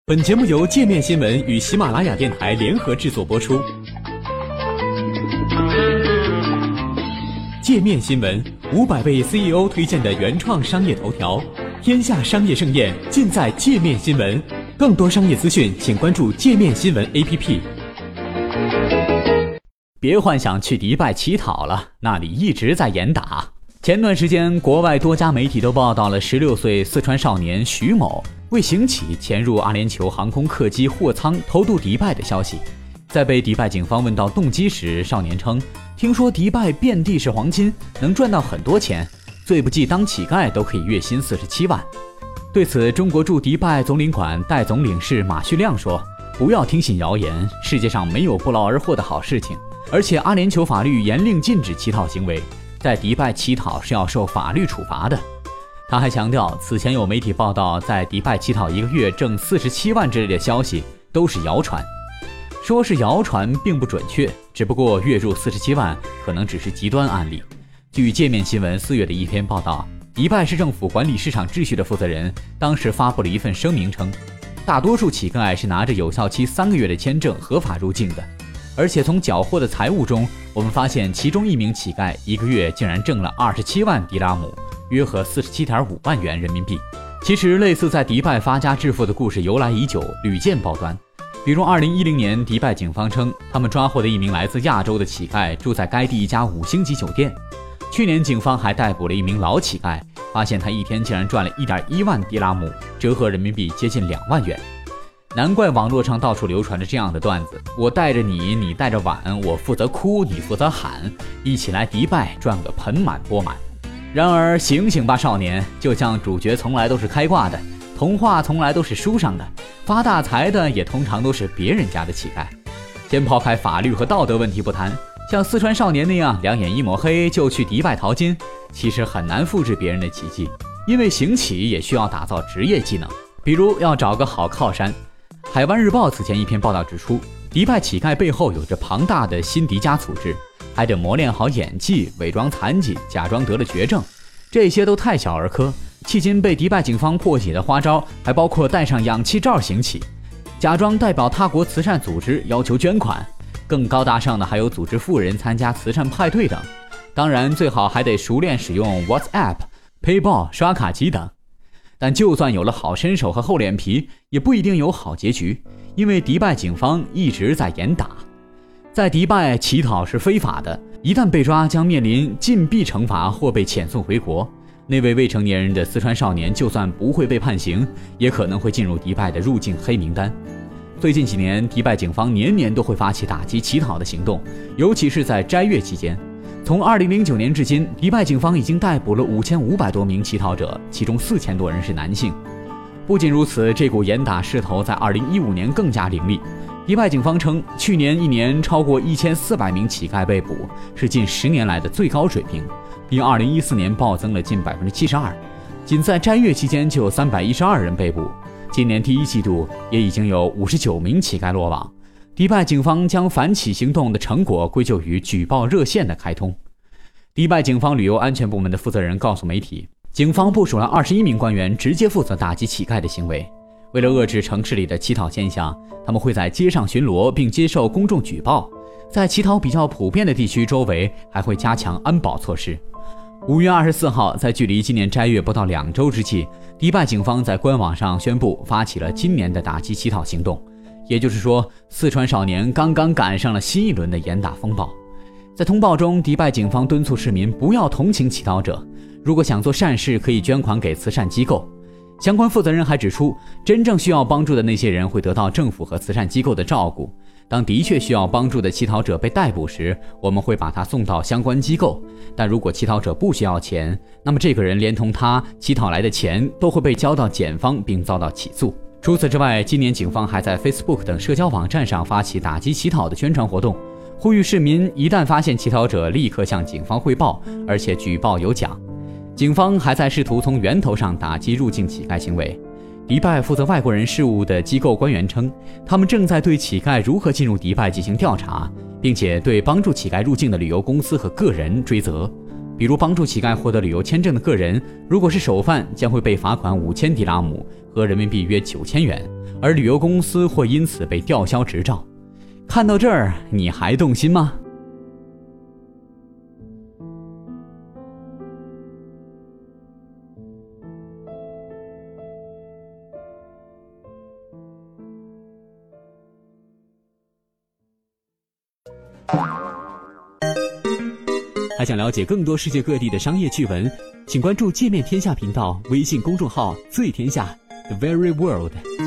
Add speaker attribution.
Speaker 1: 本节目由界面新闻与喜马拉雅电台联合制作播出。界面新闻500位 CEO 推荐的原创商业头条，天下商业盛宴尽在界面新闻。更多商业资讯，请关注界面新闻 APP。
Speaker 2: 别幻想去迪拜乞讨了，那里一直在严打。前段时间，国外多家媒体都报道了16岁四川少年徐某为行乞潜入阿联酋航空客机货舱偷渡迪拜的消息。在被迪拜警方问到动机时，少年称听说迪拜遍地是黄金，能赚到很多钱，最不济当乞丐都可以月薪47万。对此，中国驻迪拜总领馆代总领事马旭亮说，不要听信谣言，世界上没有不劳而获的好事情，而且阿联酋法律严令禁止乞讨行为，在迪拜乞讨是要受法律处罚的。他还强调，此前有媒体报道在迪拜乞讨1个月挣47万之类的消息都是谣传。说是谣传并不准确，只不过月入47万可能只是极端案例。据界面新闻4月的一篇报道，迪拜市政府管理市场秩序的负责人当时发布了一份声明称，大多数乞丐是拿着有效期3个月的签证合法入境的，而且从缴获的财物中，我们发现其中一名乞丐1个月竟然挣了27万迪拉姆，约合47.5万元人民币。其实类似在迪拜发家致富的故事由来已久，屡见报端。比如2010年，迪拜警方称他们抓获的一名来自亚洲的乞丐住在该地一家5星级酒店。去年警方还逮捕了一名老乞丐，发现他一天竟然赚了1.1万迪拉姆，折合人民币接近2万元。难怪网络上到处流传着这样的段子，我带着你，你带着碗，我负责哭，你负责喊，一起来迪拜赚个盆满钵满。然而醒醒吧少年，就像主角从来都是开挂的，童话从来都是书上的，发大财的也通常都是别人家的乞丐。先抛开法律和道德问题不谈，像四川少年那样两眼一抹黑就去迪拜淘金，其实很难复制别人的奇迹，因为行乞也需要打造职业技能，比如要找个好靠山。海湾日报此前一篇报道指出，迪拜乞丐背后有着庞大的辛迪加组织，还得磨练好演技，伪装残疾，假装得了绝症，这些都太小儿科。迄今被迪拜警方破解的花招还包括戴上氧气罩行乞，假装代表他国慈善组织要求捐款，更高大上的还有组织富人参加慈善派对等。当然最好还得熟练使用 WhatsApp、PayPal、刷卡机等。但就算有了好身手和厚脸皮，也不一定有好结局，因为迪拜警方一直在严打。在迪拜乞讨是非法的，一旦被抓将面临禁闭惩罚或被遣送回国。那位未成年人的四川少年就算不会被判刑，也可能会进入迪拜的入境黑名单。最近几年，迪拜警方年年都会发起打击乞讨的行动，尤其是在斋月期间。从2009年至今，迪拜警方已经逮捕了5500多名乞讨者，其中4000多人是男性。不仅如此，这股严打势头在2015年更加凌厉。迪拜警方称，去年一年超过1400名乞丐被捕，是近10年来的最高水平，比2014年暴增了近72%。仅在斋月期间就有312人被捕，今年第一季度也已经有59名乞丐落网。迪拜警方将反乞行动的成果归咎于举报热线的开通。迪拜警方旅游安全部门的负责人告诉媒体，警方部署了21名官员，直接负责打击乞丐的行为。为了遏制城市里的乞讨现象，他们会在街上巡逻并接受公众举报，在乞讨比较普遍的地区周围还会加强安保措施。5月24号，在距离今年斋月不到2周之际，迪拜警方在官网上宣布发起了今年的打击乞讨行动。也就是说，四川少年刚刚赶上了新一轮的严打风暴。在通报中，迪拜警方敦促市民不要同情乞讨者，如果想做善事，可以捐款给慈善机构。相关负责人还指出，真正需要帮助的那些人会得到政府和慈善机构的照顾。当的确需要帮助的乞讨者被逮捕时，我们会把他送到相关机构。但如果乞讨者不需要钱，那么这个人连同他乞讨来的钱都会被交到检方并遭到起诉。除此之外，今年警方还在 Facebook 等社交网站上发起打击乞讨的宣传活动，呼吁市民一旦发现乞讨者立刻向警方汇报，而且举报有奖。警方还在试图从源头上打击入境乞丐行为。迪拜负责外国人事务的机构官员称，他们正在对乞丐如何进入迪拜进行调查，并且对帮助乞丐入境的旅游公司和个人追责。 比如帮助乞丐获得旅游签证的个人，如果是首犯，将会被罚款5000迪拉姆，合人民币约9000元，而旅游公司会因此被吊销执照。看到这儿，你还动心吗？
Speaker 1: 还想了解更多世界各地的商业趣闻，请关注界面天下频道微信公众号“最天下 The Very World”。